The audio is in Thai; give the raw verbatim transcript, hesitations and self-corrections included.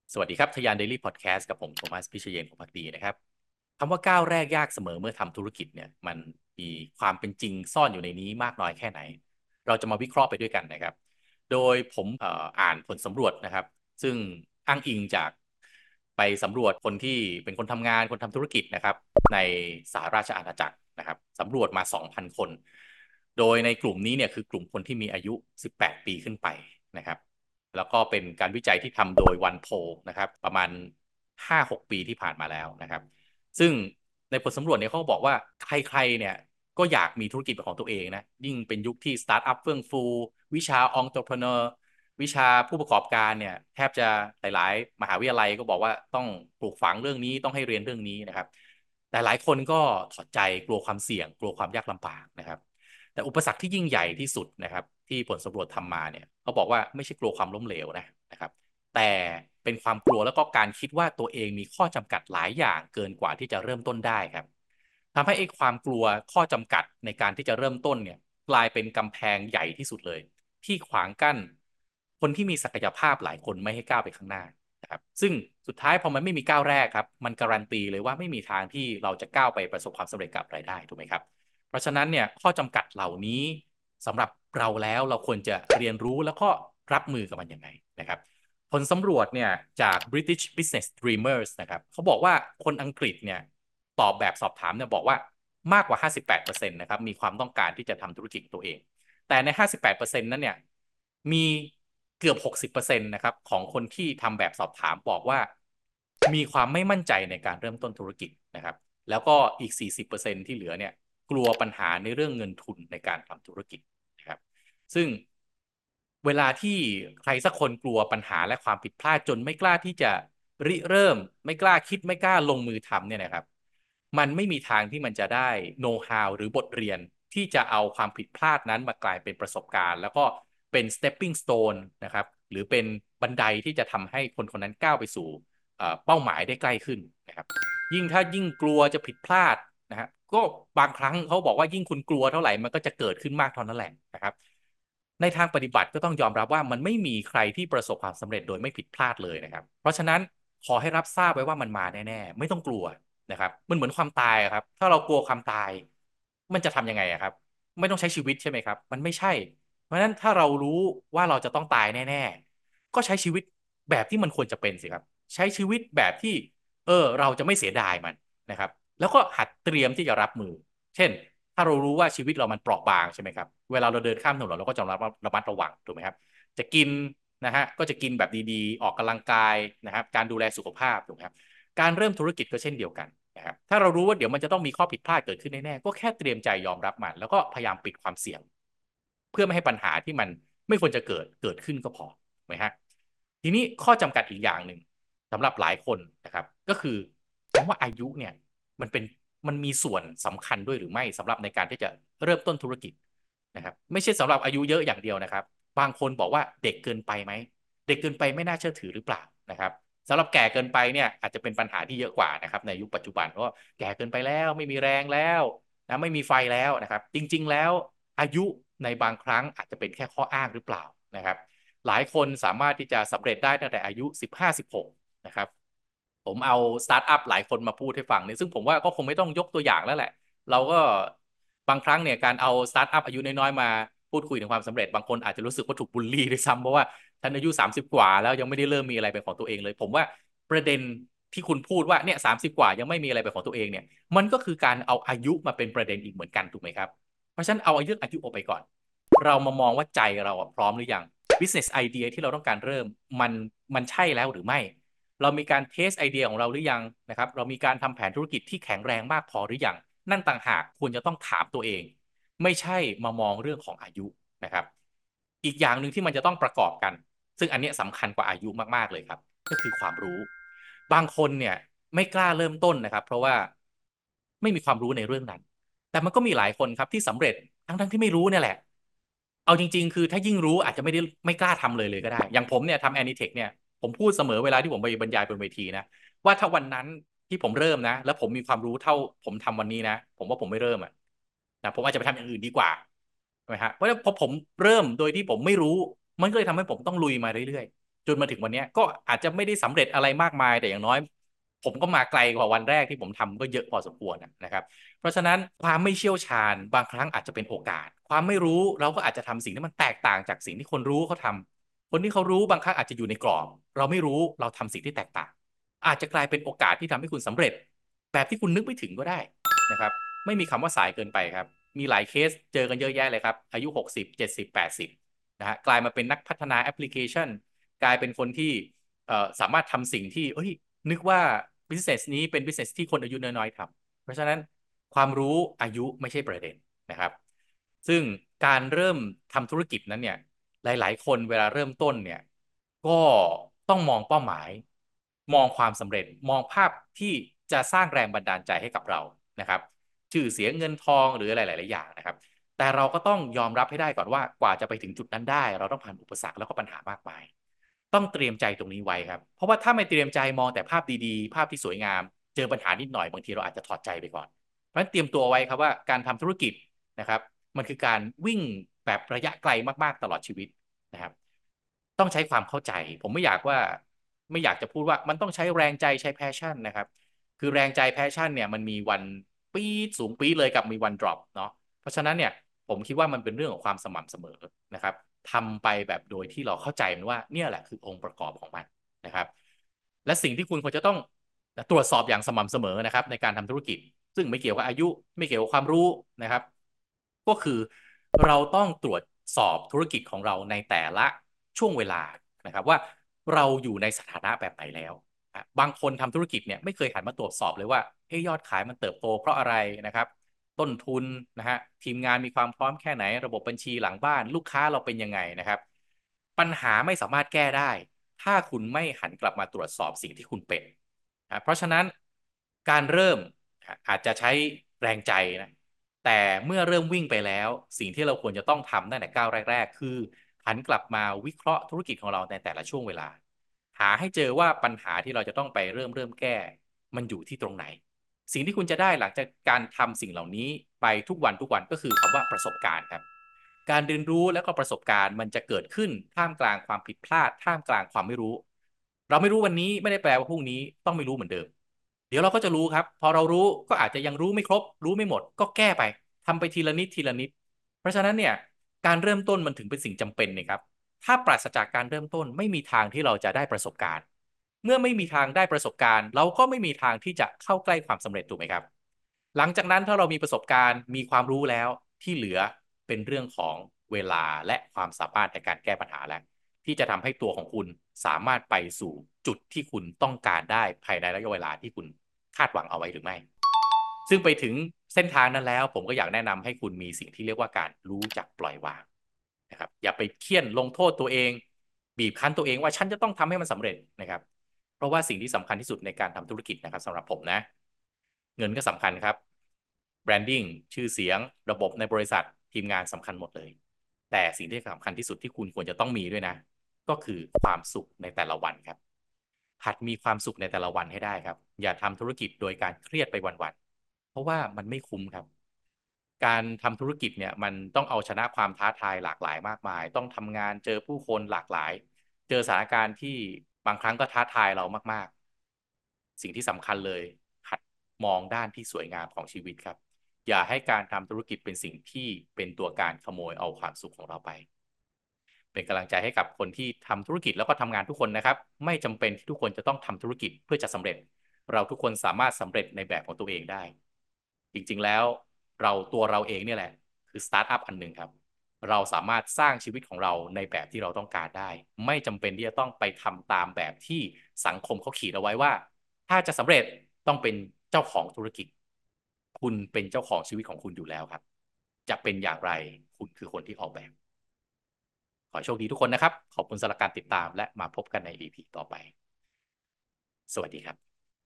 สวัสดีครับทยานเดลี่พอดแคสต์กับผมโทมัสพิเชยนของพักดีนะครับคำว่าก้าวแรกยากเสมอเมื่อทำธุรกิจเนี่ยมันมีความเป็นจริงซ่อนอยู่ในนี้มากน้อยแค่ไหนเราจะมาวิเคราะห์ไปด้วยกันนะครับโดยผมเอ่ออ่านผลสำรวจนะครับซึ่งอ้างอิงจากไปสำรวจคนที่เป็นคนทำงานคนทำธุรกิจนะครับในสหราชอาณาจักรนะครับสำรวจมาสองพันคนโดยในกลุ่มนี้เนี่ยคือกลุ่มคนที่มีอายุสิบแปดปีขึ้นไปนะครับ แล้วก็เป็นการวิจัยที่ทำโดยวันโพลนะครับประมาณห้าถึงหกปีที่ผ่านมาแล้วนะครับซึ่งในผลสำรวจเนี่ยเขาบอกว่าใครๆเนี่ยก็อยากมีธุรกิจเป็นของตัวเองนะยิ่งเป็นยุคที่สตาร์ทอัพเฟื่องฟูวิชาองค์ประกอบวิชาผู้ประกอบการเนี่ยแทบจะหลายๆมหาวิทยาลัยก็บอกว่าต้องปลูกฝังเรื่องนี้ต้องให้เรียนเรื่องนี้นะครับแต่หลายคนก็ถอดใจกลัวความเสี่ยงกลัวความยากลำบากนะครับ แต่อุปสรรคที่ยิ่งใหญ่ที่สุดนะครับที่ผลสำรวจทำมาเนี่ยเขาบอกว่าไม่ใช่กลัวความล้มเหลวนะนะครับแต่เป็นความกลัวแล้วก็การคิดว่าตัวเองมีข้อจำกัดหลายอย่างเกินกว่าที่จะเริ่มต้นได้ครับทำให้ไอ้ความกลัวข้อจำกัดในการที่จะเริ่มต้นเนี่ยกลายเป็นกำแพงใหญ่ที่สุดเลยที่ขวางกั้นคนที่มีศักยภาพหลายคนไม่ให้ก้าวไปข้างหน้านะครับซึ่งสุดท้ายพอมันไม่มีก้าวแรกครับมันการันตีเลยว่าไม่มีทางที่เราจะก้าวไปประสบความสำเร็จกับรายได้ถูกไหมครับ เพราะฉะนั้นเนี่ยข้อจำกัดเหล่านี้สำหรับเราแล้วเราควรจะเรียนรู้แล้วก็รับมือกับมันยังไงนะครับผลสำรวจเนี่ยจาก British Business Dreamers นะครับเขาบอกว่าคนอังกฤษเนี่ยตอบแบบสอบถามเนี่ยบอกว่ามากกว่าห้าสิบแปดเปอร์เซ็นต์นต์นะครับมีความต้องการที่จะทำธุรกิจตัวเองแต่ในห้าสิบแปดเปอร์เซ็นต์นั้นเนี่ยมีเกือบหกสิบเปอร์เซ็นต์นะครับของคนที่ทำแบบสอบถามบอกว่ามีความไม่มั่นใจในการเริ่มต้นธุรกิจนะครับแล้วก็อีกสี่สิบเปอร์เซ็นต์ที่เหลือเนี่ย กลัวปัญหาในเรื่องเงินทุนในการทำธุรกิจนะครับซึ่งเวลาที่ใครสักคนกลัวปัญหาและความผิดพลาดจนไม่กล้าที่จะริเริ่มไม่กล้าคิดไม่กล้าลงมือทำเนี่ยนะครับมันไม่มีทางที่มันจะได้โน้ตฮาวหรือบทเรียนที่จะเอาความผิดพลาดนั้นมากลายเป็นประสบการณ์แล้วก็เป็น stepping stone นะครับหรือเป็นบันไดที่จะทำให้คนคนนั้นก้าวไปสู่เป้าหมายได้ใกล้ขึ้นนะครับยิ่งถ้ายิ่งกลัวจะผิดพลาด นะฮะก็บางครั้งเขาบอกว่ายิ่งคุณกลัวเท่าไหร่มันก็จะเกิดขึ้นมากเท่านั้นแหละนะครับในทางปฏิบัติก็ต้องยอมรับว่ามันไม่มีใครที่ประสบความสำเร็จโดยไม่ผิดพลาดเลยนะครับเพราะฉะนั้นขอให้รับทราบไว้ว่ามันมาแน่ๆไม่ต้องกลัวนะครับมันเหมือนความตายครับถ้าเรากลัวความตายมันจะทำยังไงครับไม่ต้องใช้ชีวิตใช่ไหมครับมันไม่ใช่เพราะฉะนั้นถ้าเรารู้ว่าเราจะต้องตายแน่ๆก็ใช้ชีวิตแบบที่มันควรจะเป็นสิครับใช้ชีวิตแบบที่เออเราจะไม่เสียดายมันนะครับ แล้วก็หัดเตรียมที่จะรับมือ เช่น ถ้าเรารู้ว่าชีวิตเรามันเปราะบางใช่ไหมครับ เวลาเราเดินข้ามถนนเราก็จะระมัดระมัดระวังถูกไหมครับ จะกินนะฮะก็จะกินแบบดีๆ ออกกำลังกายนะครับการดูแลสุขภาพถูกไหมครับการเริ่มธุรกิจก็เช่นเดียวกันนะครับถ้าเรารู้ว่าเดี๋ยวมันจะต้องมีข้อผิดพลาดเกิดขึ้นแน่ๆก็แค่เตรียมใจยอมรับมันแล้วก็พยายามปิดความเสี่ยงเพื่อไม่ให้ปัญหาที่มันไม่ควรจะเกิดเกิดขึ้นก็พอไหมฮะทีนี้ข้อจำกัดอีกอย่างหนึ่งสำหรับหลายคนนะครับก็คือคำว่าอายุเนี่ย มันเป็นมันมีส่วนสำคัญด้วยหรือไม่สำหรับในการที่จะเริ่มต้นธุรกิจนะครับไม่ใช่สำหรับอายุเยอะอย่างเดียวนะครับบางคนบอกว่าเด็กเกินไปไหมเด็กเกินไปไม่น่าเชื่อถือหรือเปล่านะครับสำหรับแก่เกินไปเนี่ยอาจจะเป็นปัญหาที่เยอะกว่านะครับในยุคปัจจุบันเพราะว่าแก่เกินไปแล้วไม่มีแรงแล้วนะไม่มีไฟแล้วนะครับจริงๆแล้วอายุในบางครั้งอาจจะเป็นแค่ข้ออ้างหรือเปล่านะครับหลายคนสามารถที่จะสำเร็จได้ตั้งแต่อายุสิบห้าสิบหกนะครับผมเอาสตาร์ทอัพหลายคนมาพูดให้ฟังเนี่ยซึ่งผมว่าก็คงไม่ต้องยกตัวอย่างแล้วแหละเราก็บางครั้งเนี่ยการเอาสตาร์ทอัพอายุน้อยๆมาพูดคุยถึงความสำเร็จบางคนอาจจะรู้สึกว่าถูกบูลลี่ด้วยซ้ำเพราะว่าท่านอายุสามสิบกว่าแล้วยังไม่ได้เริ่มมีอะไรเป็นของตัวเองเลยผมว่าประเด็นที่คุณพูดว่าเนี่ยสามสิบกว่ายังไม่มีอะไรเป็นของตัวเองเนี่ยมันก็คือการเอาอายุมาเป็นประเด็นอีกเหมือนกันถูกไหมครับเพราะฉะนั้นเอาอายุอายุออกไปก่อนเรามามองว่าใจเราอะพร้อมหรือยัง business idea ที่เราต้องการเริ่มมันมันใช่แล้วหรือไม่เรามีการเทสไอเดียของเราหรือยังนะครับเรามีการทำแผนธุรกิจที่แข็งแรงมากพอหรือยังนั่นต่างหากควรจะต้องถามตัวเองไม่ใช่มามองเรื่องของอายุนะครับอีกอย่างหนึ่งที่มันจะต้องประกอบกันซึ่งอันนี้สำคัญกว่าอายุมากๆเลยครับก็คือความรู้บางคนเนี่ยไม่กล้าเริ่มต้นนะครับเพราะว่าไม่มีความรู้ในเรื่องนั้นแต่มันก็มีหลายคนครับที่สำเร็จทั้งๆที่ไม่รู้เนี่ยแหละ เอาจริงๆคือถ้ายิ่งรู้อาจจะไม่ได้ไม่กล้าทำเลยเลยก็ได้อย่างผมเนี่ยทำแอนิเทคเนี่ยผมพูดเสมอเวลาที่ผมไปบรรยายบนเวทีนะว่าถ้าวันนั้นที่ผมเริ่มนะแล้วผมมีความรู้เท่าผมทำวันนี้นะผมว่าผมไม่เริ่มอ่ะนะผมอาจจะไปทำอย่างอื่นดีกว่าใช่ไหมฮะเพราะพอผมเริ่มโดยที่ผมไม่รู้มันก็เลยทำให้ผมต้องลุยมาเรื่อยจนมาถึงวันนี้ก็อาจจะไม่ได้สำเร็จอะไรมากมายแต่อย่างน้อยผมก็มาไกลกว่าวันแรกที่ผมทำก็เยอะพอสมควรนะครับเพราะฉะนั้นความไม่เชี่ยวชาญบางครั้งอาจจะเป็นโอกาสความไม่รู้เราก็อาจจะทำสิ่งที่มันแตกต่างจากสิ่งที่คนรู้เขาทำคนที่เขารู้บางครั้งอาจจะอยู่ในกรอบเราไม่รู้เราทำสิ่งที่แตกต่างอาจจะกลายเป็นโอกาสที่ทำให้คุณสำเร็จแบบที่คุณนึกไม่ถึงก็ได้นะครับไม่มีคำว่าสายเกินไปครับมีหลายเคสเจอกันเยอะแยะเลยครับอายุหกสิบ เจ็ดสิบ แปดสิบนะฮะกลายมาเป็นนักพัฒนาแอปพลิเคชันกลายเป็นคนที่เอ่อสามารถทำสิ่งที่เอ้ยนึกว่า business นี้เป็น business ที่คนอายุน้อยๆทำเพราะฉะนั้นความรู้อายุไม่ใช่ประเด็นนะครับซึ่งการเริ่มทำธุรกิจนั้นเนี่ยหลายๆคนเวลาเริ่มต้นเนี่ยก็ต้องมองเป้าหมายมองความสำเร็จมองภาพที่จะสร้างแรงบันดาลใจให้กับเรานะครับชื่อเสียงเงินทองหรืออะไรหลายๆอย่างนะครับแต่เราก็ต้องยอมรับให้ได้ก่อนว่ากว่าจะไปถึงจุดนั้นได้เราต้องผ่านอุปสรรคแล้วก็ปัญหามากมายต้องเตรียมใจตรงนี้ไว้ครับเพราะว่าถ้าไม่เตรียมใจมองแต่ภาพดีๆภาพที่สวยงามเจอปัญหานิดหน่อยบางทีเราอาจจะถอดใจไปก่อนเพราะฉะนั้นเตรียมตัวไว้ครับว่าการทำธุรกิจนะครับมันคือการวิ่งแบบระยะไกลมากๆตลอดชีวิตนะครับต้องใช้ความเข้าใจผมไม่อยากว่าไม่อยากจะพูดว่ามันต้องใช้แรงใจใช้แพชชั่นนะครับคือแรงใจแพชชั่นเนี่ยมันมีวันปี๊ดสูงปี๊ดเลยกับมีวันดรอปเนาะเพราะฉะนั้นเนี่ยผมคิดว่ามันเป็นเรื่องของความสม่ำเสมอนะครับทำไปแบบโดยที่เราเข้าใจมันว่าเนี่ยแหละคือองค์ประกอบของมันนะครับและสิ่งที่คุณควรจะต้องตรวจสอบอย่างสม่ำเสมอนะครับในการทำธุรกิจซึ่งไม่เกี่ยวกับอายุไม่เกี่ยวกับความรู้นะครับก็คือเราต้องตรวจสอบธุรกิจของเราในแต่ละช่วงเวลานะครับว่าเราอยู่ในสถานะแบบไหนแล้วบางคนทำธุรกิจเนี่ยไม่เคยหันมาตรวจสอบเลยว่าเฮ้ยยอดขายมันเติบโตเพราะอะไรนะครับต้นทุนนะฮะทีมงานมีความพร้อมแค่ไหนระบบบัญชีหลังบ้านลูกค้าเราเป็นยังไงนะครับปัญหาไม่สามารถแก้ได้ถ้าคุณไม่หันกลับมาตรวจสอบสิ่งที่คุณเป็นนะเพราะฉะนั้นการเริ่มอาจจะใช้แรงใจนะแต่เมื่อเริ่มวิ่งไปแล้วสิ่งที่เราควรจะต้องทำตั้งแต่ก้าวแรกๆคือหันกลับมาวิเคราะห์ธุรกิจของเราในแต่ละช่วงเวลาหาให้เจอว่าปัญหาที่เราจะต้องไปเริ่มเริ่มแก้มันอยู่ที่ตรงไหนสิ่งที่คุณจะได้หลังจากการทำสิ่งเหล่านี้ไปทุกวันทุกวันก็คือคำว่าประสบการณ์ครับการเรียนรู้และก็ประสบการณ์มันจะเกิดขึ้นท่ามกลางความผิดพลาดท่ามกลางความไม่รู้เราไม่รู้วันนี้ไม่ได้แปลว่าพรุ่งนี้ต้องไม่รู้เหมือนเดิมเดี๋ยวเราก็จะรู้ครับพอเรารู้ก็อาจจะยังรู้ไม่ครบรู้ไม่หมดก็แก้ไปทำไปทีละนิดทีละนิดเพราะฉะนั้นเนี่ยการเริ่มต้นมันถึงเป็นสิ่งจำเป็นนะครับถ้าปราศจากการเริ่มต้นไม่มีทางที่เราจะได้ประสบการณ์เมื่อไม่มีทางได้ประสบการณ์เราก็ไม่มีทางที่จะเข้าใกล้ความสำเร็จถูกไหมครับหลังจากนั้นถ้าเรามีประสบการณ์มีความรู้แล้วที่เหลือเป็นเรื่องของเวลาและความสามารถในการแก้ปัญหาแล้วที่จะทำให้ตัวของคุณสามารถไปสู่จุดที่คุณต้องการได้ภายในระยะเวลาที่คุณคาดหวังเอาไว้หรือไม่ซึ่งไปถึงเส้นทางนั้นแล้วผมก็อยากแนะนำให้คุณมีสิ่งที่เรียกว่าการรู้จักปล่อยวางนะครับอย่าไปเคี่ยนลงโทษตัวเองบีบคั้นตัวเองว่าฉันจะต้องทำให้มันสำเร็จนะครับเพราะว่าสิ่งที่สำคัญที่สุดในการทำธุรกิจนะครับสำหรับผมนะเงินก็สำคัญครับแบรนดิ้งชื่อเสียงระบบในบริษัททีมงานสำคัญหมดเลยแต่สิ่งที่สำคัญที่สุดที่คุณควรจะต้องมีด้วยนะก็คือความสุขในแต่ละวันครับหัดมีความสุขในแต่ละวันให้ได้ครับอย่าทำธุรกิจโดยการเครียดไปวันๆเพราะว่ามันไม่คุ้มครับการทำธุรกิจเนี่ยมันต้องเอาชนะความท้าทายหลากหลายมากมายต้องทำงานเจอผู้คนหลากหลายเจอสถานการณ์ที่บางครั้งก็ท้าทายเรามากๆสิ่งที่สำคัญเลยหัดมองด้านที่สวยงามของชีวิตครับอย่าให้การทำธุรกิจเป็นสิ่งที่เป็นตัวการขโมยเอาความสุขของเราไปเป็นกำลังใจให้กับคนที่ทำธุรกิจแล้วก็ทำงานทุกคนนะครับไม่จำเป็นที่ทุกคนจะต้องทำธุรกิจเพื่อจะสำเร็จเราทุกคนสามารถสำเร็จในแบบของตัวเองได้จริงๆแล้วเราตัวเราเองเนี่ยแหละคือสตาร์ทอัพอันหนึ่งครับเราสามารถสร้างชีวิตของเราในแบบที่เราต้องการได้ไม่จำเป็นที่จะต้องไปทำตามแบบที่สังคมเขาขีดเอาไว้ว่าถ้าจะสำเร็จต้องเป็นเจ้าของธุรกิจคุณเป็นเจ้าของชีวิตของคุณอยู่แล้วครับจะเป็นอย่างไรคุณคือคนที่ออกแบบขอโชคดีทุกคนนะครับขอบคุณสำหรับการติดตามและมาพบกันใน อี พี ต่อไปสวัสดีครับ